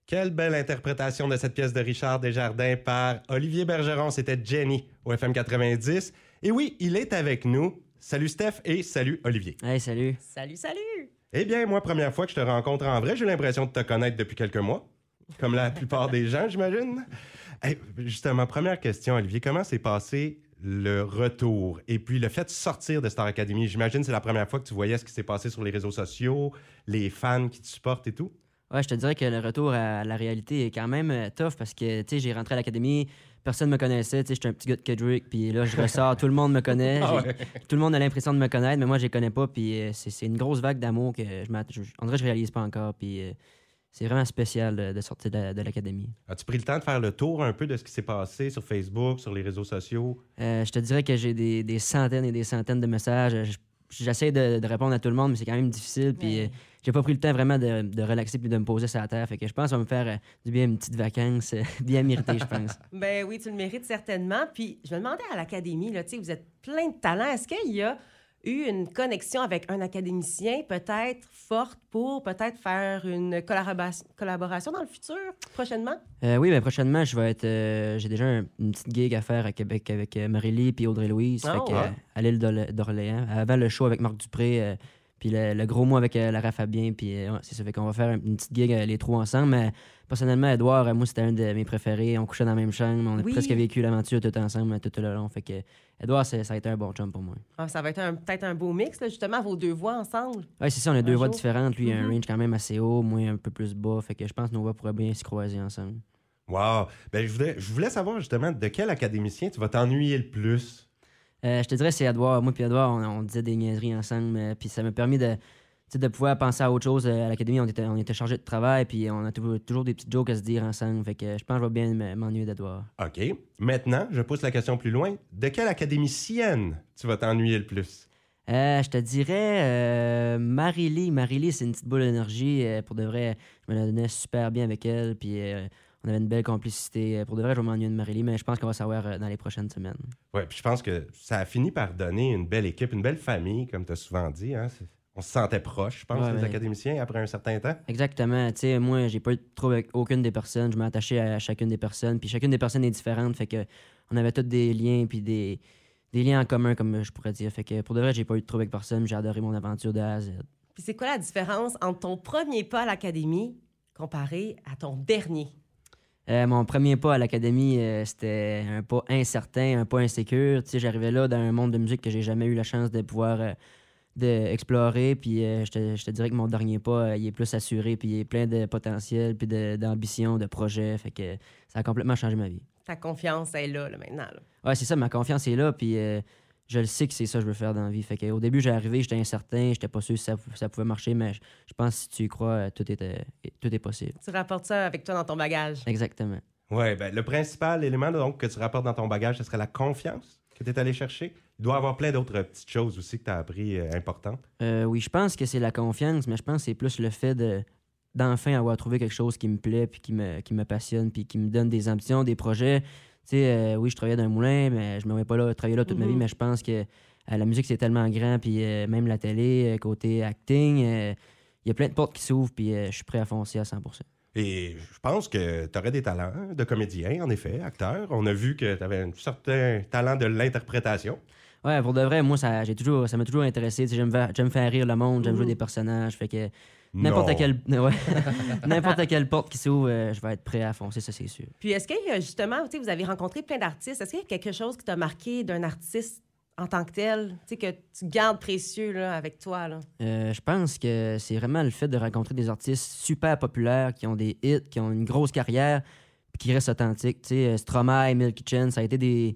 Quelle belle interprétation de cette pièce de Richard Desjardins par Olivier Bergeron. C'était Jenny au FM 90. Et oui, il est avec nous. Salut Steph et salut Olivier. Hey, salut. Salut, salut! Eh bien, moi, première fois que je te rencontre en vrai, j'ai l'impression de te connaître depuis quelques mois. Comme la plupart des gens, j'imagine. Hey, justement, première question, Olivier. Comment s'est passé le retour et puis le fait de sortir de Star Academy? J'imagine que c'est la première fois que tu voyais ce qui s'est passé sur les réseaux sociaux, les fans qui te supportent et tout. Ouais, je te dirais que le retour à la réalité est quand même tough parce que, tu sais, j'ai rentré à l'académie, personne me connaissait, tu sais, j'étais un petit gars de Kedrick, puis là, je ressors, tout le monde me connaît, Ah ouais. tout le monde a l'impression de me connaître, mais moi, je les connais pas, puis c'est une grosse vague d'amour que en vrai, je réalise pas encore, puis c'est vraiment spécial de sortir de l'académie. As-tu pris le temps de faire le tour un peu de ce qui s'est passé sur Facebook, sur les réseaux sociaux? Je te dirais que j'ai des centaines et des centaines de messages. J'essaie de répondre à tout le monde, mais c'est quand même difficile. Puis j'ai pas pris le temps vraiment de relaxer puis de me poser sur la terre. Fait que je pense que ça va me faire du bien une petite vacance bien méritée, je pense. Ben oui, tu le mérites certainement. Puis je me demandais à l'académie, là, tu sais, vous êtes plein de talents. Est-ce qu'il y a eu une connexion avec un académicien peut-être forte pour peut-être faire une collaboration dans le futur, prochainement? Oui, mais prochainement, je vais être. J'ai déjà une petite gig à faire à Québec avec Marie-Lie puis Audrey-Louise. Oh, fait que, ouais. à l'île d'Orléans. Avant le show avec Marc Dupré, puis le gros mot avec Lara Fabien. Puis ouais, c'est ça. Fait qu'on va faire une petite gig les trois ensemble. Mais personnellement, Edouard, moi, c'était un de mes préférés. On couchait dans la même chambre. On a Oui. presque vécu l'aventure tout ensemble tout le long. Fait que Edouard, ça a été un bon chum pour moi. Ah, ça va être peut-être un beau mix, là, justement, vos deux voix ensemble. Ouais, c'est ça. On a deux Un voix jour. différentes. Lui, il a un Mhm. range quand même assez haut. Moi, un peu plus bas. Fait que je pense que nos voix pourraient bien se croiser ensemble. Wow! Ben, je voulais savoir justement de quel académicien tu vas t'ennuyer le plus. Je te dirais, c'est Edouard. Moi puis Edouard, on disait des niaiseries ensemble. Puis ça m'a permis tu sais, de pouvoir penser à autre chose. À l'académie, on était chargés de travail. Puis on a toujours des petites jokes à se dire ensemble. Fait que je pense que je vais bien m'ennuyer d'Edouard. OK. Maintenant, je pousse la question plus loin. De quelle académicienne tu vas t'ennuyer le plus? Je te dirais Marie-Lie. Marie-Lie, c'est une petite boule d'énergie. Pour de vrai, je me la donnais super bien avec elle. Puis on avait une belle complicité. Pour de vrai, je vais m'ennuyer de Marie-Lie, mais je pense qu'on va savoir dans les prochaines semaines. Ouais, puis je pense que ça a fini par donner une belle équipe, une belle famille, comme tu as souvent dit. Hein? On se sentait proche, je pense, Ouais, les ouais. académiciens, après un certain temps. Exactement. Tu sais, moi, j'ai pas eu de trouble avec aucune des personnes. Je m'attachais à chacune des personnes. Puis chacune des personnes est différente. Fait que on avait tous des liens, puis des liens en commun, comme je pourrais dire. Fait que pour de vrai, j'ai pas eu de trouble avec personne. J'ai adoré mon aventure de A à Z. Puis c'est quoi la différence entre ton premier pas à l'académie comparé à ton dernier? Mon premier pas à l'académie, c'était un pas incertain, un pas insécure. Tu sais, j'arrivais là dans un monde de musique que j'ai jamais eu la chance de pouvoir explorer. Puis je te dirais que mon dernier pas, il est plus assuré, puis il est plein de potentiel, puis d'ambition, de projets. Fait que ça a complètement changé ma vie. Ta confiance est là maintenant. Là. Ouais, c'est ça, ma confiance est là, puis je le sais que c'est ça que je veux faire dans la vie. Fait que, au début, j'ai arrivé, j'étais incertain, j'étais pas sûr si ça pouvait marcher, mais je pense que si tu y crois, tout est possible. Tu rapportes ça avec toi dans ton bagage. Exactement. Ouais, ben, le principal élément donc, que tu rapportes dans ton bagage, ce serait la confiance que tu es allé chercher. Il doit y avoir plein d'autres petites choses aussi que tu as appris importantes. Oui, je pense que c'est la confiance, mais je pense que c'est plus le fait d'enfin avoir trouvé quelque chose qui me plaît, puis qui me passionne, puis qui me donne des ambitions, des projets. Tu sais, oui, je travaillais dans un moulin, mais je me voyais pas là, travailler là toute ma vie, mais je pense que la musique, c'est tellement grand, puis même la télé, côté acting, il y a plein de portes qui s'ouvrent, puis je suis prêt à foncer à 100%. Et je pense que tu aurais des talents de comédien, en effet, acteur. On a vu que tu avais un certain talent de l'interprétation. Ouais, pour de vrai, moi, ça m'a toujours intéressé. Tu sais, j'aime faire rire le monde, j'aime jouer des personnages, fait que n'importe Non. quelle, ouais, n'importe quelle porte qui s'ouvre, je vais être prêt à foncer, ça, c'est sûr. Puis est-ce qu'il y a justement, tu sais, vous avez rencontré plein d'artistes, est-ce qu'il y a quelque chose qui t'a marqué d'un artiste en tant que tel, tu sais, que tu gardes précieux là, avec toi? Là? Je pense que c'est vraiment le fait de rencontrer des artistes super populaires, qui ont des hits, qui ont une grosse carrière, puis qui restent authentiques. Tu sais, Stromae, Milk Kitchen, ça a été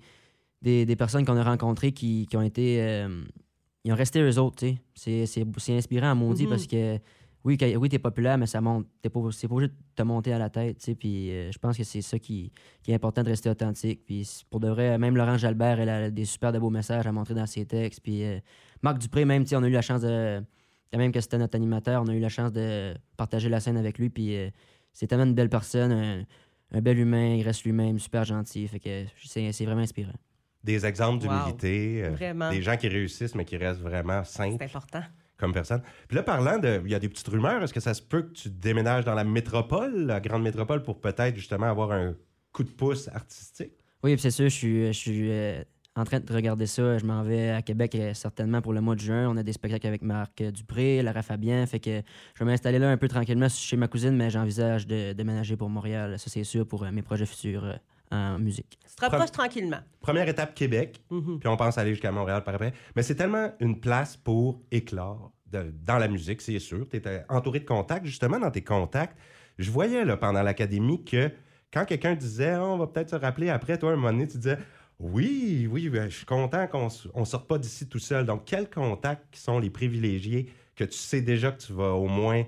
des personnes qu'on a rencontrées qui ont été... ils ont resté eux autres, tu sais. C'est inspirant à maudit parce que oui, t'es populaire, mais ça monte. C'est pas obligé de te monter à la tête, tu sais. Puis je pense que c'est ça qui est important de rester authentique. Puis pour de vrai, même Laurent Jalbert, elle a des super de beaux messages à montrer dans ses textes. Puis Marc Dupré, même, tu sais, on a eu la chance de... Quand même que c'était notre animateur, on a eu la chance de partager la scène avec lui. Puis c'est tellement une belle personne, un bel humain, il reste lui-même, super gentil. Fait que c'est vraiment Des exemples Wow. d'humilité, Vraiment. des gens qui réussissent mais qui restent vraiment C'est simples, important. comme personne. Puis là, parlant de... Il y a des petites rumeurs. Est-ce que ça se peut que tu déménages dans la métropole, la grande métropole, pour peut-être justement avoir un coup de pouce artistique? Oui, puis c'est sûr, je suis en train de regarder ça. Je m'en vais à Québec certainement pour le mois de juin. On a des spectacles avec Marc Dupré, Lara Fabien. Fait que je vais m'installer là un peu tranquillement chez ma cousine, mais j'envisage de déménager pour Montréal. Ça, c'est sûr, pour mes projets futurs en musique. Tu te rapproches tranquillement. Première étape, Québec. Puis on pense aller jusqu'à Montréal par après. Mais c'est tellement une place pour éclore dans la musique, c'est sûr. Tu étais entouré de contacts. Justement, dans tes contacts, je voyais là, pendant l'académie que quand quelqu'un disait on va peut-être se rappeler après, toi, à un moment donné, tu disais oui, je suis content qu'on ne sorte pas d'ici tout seul. Donc, quels contacts qui sont les privilégiés que tu sais déjà que tu vas au moins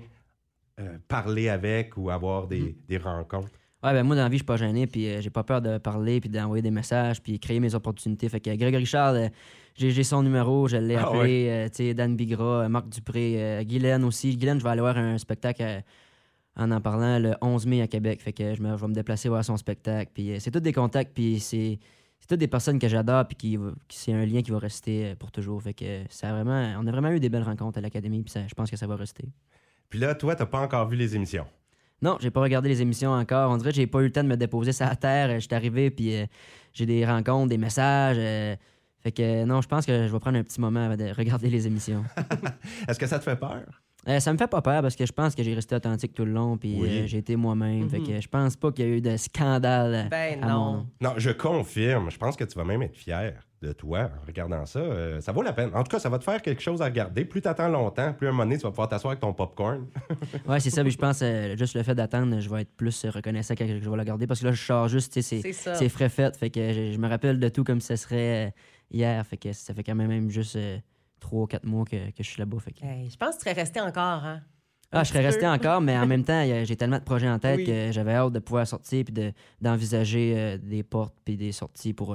parler avec ou avoir des rencontres? Ouais, ben moi, dans la vie, je suis pas gêné, puis j'ai pas peur de parler, puis d'envoyer des messages, puis créer mes opportunités. Fait que Grégory Charles, j'ai son numéro, je l'ai appelé. Ouais. Tu sais, Dan Bigra, Marc Dupré, Guylaine aussi. Guylaine, je vais aller voir un spectacle en parlant le 11 mai à Québec. Fait que je vais me déplacer voir son spectacle. Puis c'est tous des contacts, puis c'est toutes des personnes que j'adore, puis qui c'est un lien qui va rester pour toujours. Fait que on a vraiment eu des belles rencontres à l'Académie, puis je pense que ça va rester. Puis là, toi, t'as pas encore vu les émissions. Non, j'ai pas regardé les émissions encore. On dirait que j'ai pas eu le temps de me déposer sur la terre. Je suis arrivé, puis j'ai des rencontres, des messages. Fait que non, je pense que je vais prendre un petit moment avant de regarder les émissions. Est-ce que ça te fait peur? Ça me fait pas peur parce que je pense que j'ai resté authentique tout le long, puis Oui. j'ai été moi-même. Fait que je pense pas qu'il y a eu de scandale Ben à non. mon nom. Non, je confirme. Je pense que tu vas même être fier de toi en regardant ça. Ça vaut la peine. En tout cas, ça va te faire quelque chose à regarder. Plus tu attends longtemps, plus à un moment donné, tu vas pouvoir t'asseoir avec ton popcorn. Ouais, c'est ça. Puis je pense juste le fait d'attendre, je vais être plus reconnaissant quand je vais le regarder parce que là, je sors juste, tu sais, C'est ça. c'est frais fait. Fait que je me rappelle de tout comme si ce serait hier. Fait que ça fait quand même juste 3 ou 4 mois que je suis là-bas. Fait que... Hey, je pense que tu serais resté encore, hein? Ah, je serais resté peu. encore, mais en même temps, j'ai tellement de projets en tête Oui. que j'avais hâte de pouvoir sortir puis d'envisager des portes puis des sorties pour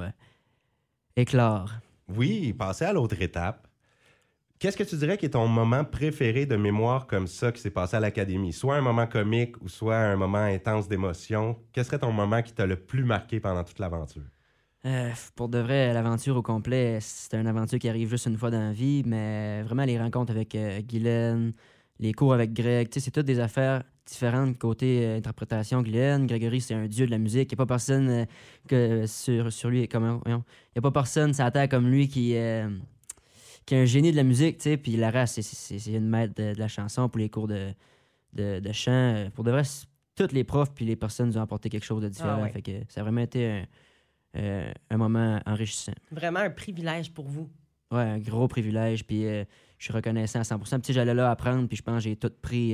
éclore. Oui, passer à l'autre étape. Qu'est-ce que tu dirais qui est ton moment préféré de mémoire comme ça qui s'est passé à l'Académie? Soit un moment comique ou soit un moment intense d'émotion. Quel serait ton moment qui t'a le plus marqué pendant toute l'aventure? Pour de vrai, l'aventure au complet, c'est une aventure qui arrive juste une fois dans la vie, mais vraiment les rencontres avec Guylaine, les cours avec Greg, tu sais, c'est toutes des affaires différentes côté interprétation. Guylaine, Grégory, c'est un dieu de la musique. Il n'y a pas personne que sur lui, comment, il n'y a pas personne sur la terre comme lui qui est un génie de la musique, tu sais, puis Lara, c'est une maître de la chanson pour les cours de chant. Pour de vrai, tous les profs puis les personnes nous ont apporté quelque chose de différent. Ah ouais. Fait que ça a vraiment été un moment enrichissant. Vraiment un privilège pour vous. Ouais, un gros privilège, puis je suis reconnaissant à 100%. Puis tu sais, j'allais là apprendre, puis je pense que j'ai tout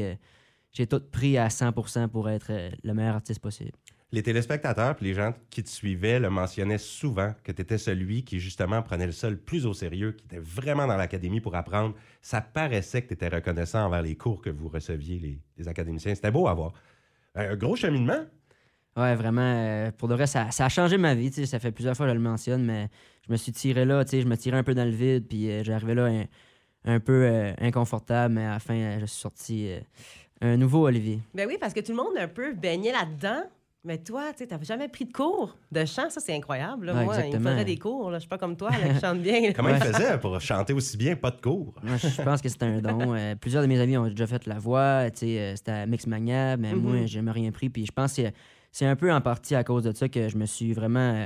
pris à 100% pour être le meilleur artiste possible. Les téléspectateurs et les gens qui te suivaient le mentionnaient souvent que tu étais celui qui, justement, prenait ça le plus au sérieux, qui était vraiment dans l'académie pour apprendre. Ça paraissait que tu étais reconnaissant envers les cours que vous receviez, les académiciens. C'était beau à voir. Un gros cheminement. Ouais, vraiment, pour de vrai, ça a changé ma vie. Tu sais, ça fait plusieurs fois que je le mentionne, mais je me suis tiré là, tu sais, je me tirais un peu dans le vide, puis j'arrivais là un peu inconfortable, mais à la fin, je suis sorti un nouveau Olivier. Ben oui, parce que tout le monde a un peu baigné là-dedans. Mais toi, tu sais, t'avais jamais pris de cours de chant, ça c'est incroyable. Là. Ouais, Moi, il me exactement. faudrait des cours. Là. Je suis pas comme toi, là, qui chante bien. Là. Comment ils faisaient pour chanter aussi bien, pas de cours? Moi, je pense que c'est un don. Plusieurs de mes amis ont déjà fait la voix, tu sais, c'était à Mixmania, mais moi, j'ai jamais rien pris. Puis je pense que c'est un peu en partie à cause de ça que je me suis vraiment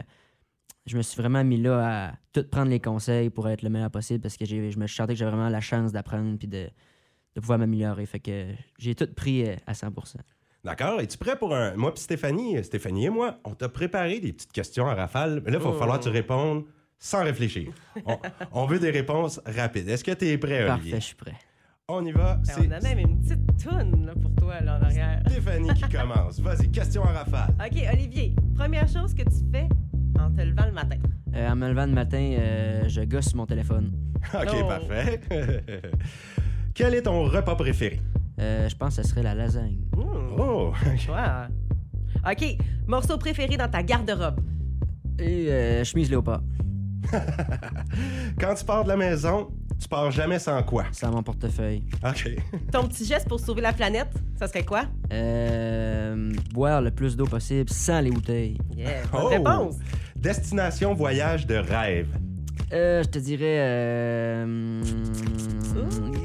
mis là à tout prendre les conseils pour être le meilleur possible parce que je me sentais que j'avais vraiment la chance d'apprendre puis de pouvoir m'améliorer. Fait que j'ai tout pris à 100%. D'accord. Es-tu prêt pour un... Moi puis Stéphanie et moi, on t'a préparé des petites questions à rafale. Mais là, il va falloir que tu répondes sans réfléchir. On veut des réponses rapides. Est-ce que tu es prêt, Olivier? Parfait, je suis prêt. On y va. Ben, on a même une petite toune là, pour toi là, en arrière. Stéphanie qui commence. Vas-y, question à rafale. OK, Olivier, première chose que tu fais en te levant le matin. En me levant le matin, je gosse mon téléphone. OK, Oh. parfait. Quel est ton repas préféré? Je pense que ce serait la lasagne. Oh! Choix. OK, morceau préféré dans ta garde-robe. Et chemise léopard. Quand tu pars de la maison, tu pars jamais sans quoi? Sans mon portefeuille. OK. Ton petit geste pour sauver la planète, ça serait quoi? Boire le plus d'eau possible sans les bouteilles. Yeah, bonne réponse. Destination voyage de rêve. Je te dirais...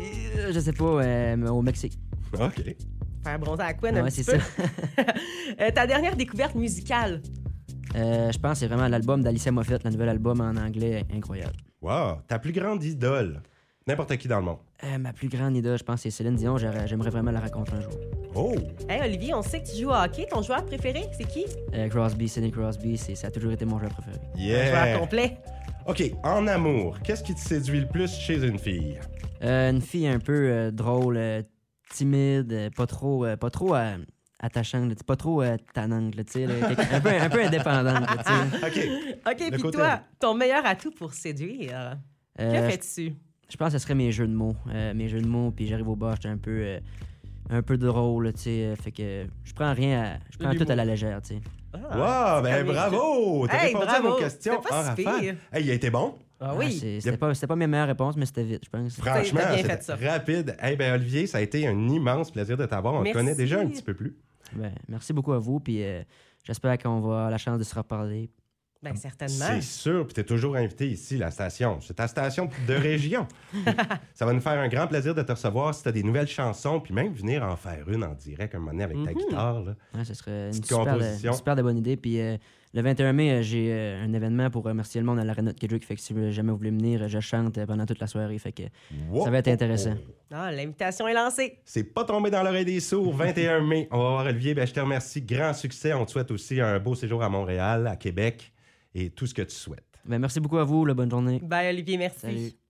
Je sais pas, mais au Mexique. OK. Faire bronzer à Queen un Ouais, petit c'est peu. ça. Ta dernière découverte musicale? Je pense que c'est vraiment l'album d'Alicia Moffett, le nouvel album en anglais, incroyable. Wow. Ta plus grande idole? N'importe qui dans le monde. Ma plus grande idole, je pense, c'est Céline Dion. J'aimerais vraiment la rencontrer un jour. Oh! Hey, Olivier, on sait que tu joues au hockey. Ton joueur préféré, c'est qui? Crosby, Sidney Crosby, ça a toujours été mon joueur préféré. Un joueur Yeah! complet. OK. En amour, qu'est-ce qui te séduit le plus chez une fille? Une fille un peu drôle, timide, pas trop attachante, là, pas trop tannante, là, tu sais, là, un peu indépendante, là, tu sais. OK. OK, Le puis côté- toi, ton meilleur atout pour séduire, que Euh, fais-tu? Je pense que ce serait mes jeux de mots. Puis j'arrive au bar, j'étais un peu drôle, là, tu sais. Fait que je prends tout à la légère, tu sais. Wow! Ben c'est comme bravo! T'as Hey, répondu à bravo! nos questions C'était pas en si rafale. pire. Hey, il a été bon? Ah Ouais, oui. c'était pas mes meilleures réponses, mais c'était vite, je pense. Franchement, T'as bien c'était fait ça. rapide. Eh ben Olivier, ça a été un immense plaisir de t'avoir. On te Merci. connaît déjà un petit peu plus. Ben, merci beaucoup à vous, puis j'espère qu'on va avoir la chance de se reparler. Ben, certainement. C'est sûr, puis t'es toujours invité ici, la station. C'est ta station de région. Ça va nous faire un grand plaisir de te recevoir si t'as des nouvelles chansons, puis même venir en faire une en direct un moment donné avec ta guitare. Là. Ouais, ce serait une Petite super, composition. une super de bonne idée. Puis le 21 mai, j'ai un événement pour remercier le monde à l'Arena de Kedrick. Fait que si vous jamais voulu venir, je chante pendant toute la soirée. Fait que Wow. ça va être intéressant. Ah, l'invitation est lancée. C'est pas tombé dans l'oreille des sourds. 21 mai, on va voir Olivier. Ben, je te remercie. Grand succès. On te souhaite aussi un beau séjour à Montréal, à Québec et tout ce que tu souhaites. Ben, merci beaucoup à vous. Bonne journée. Bye, Olivier, merci. Salut.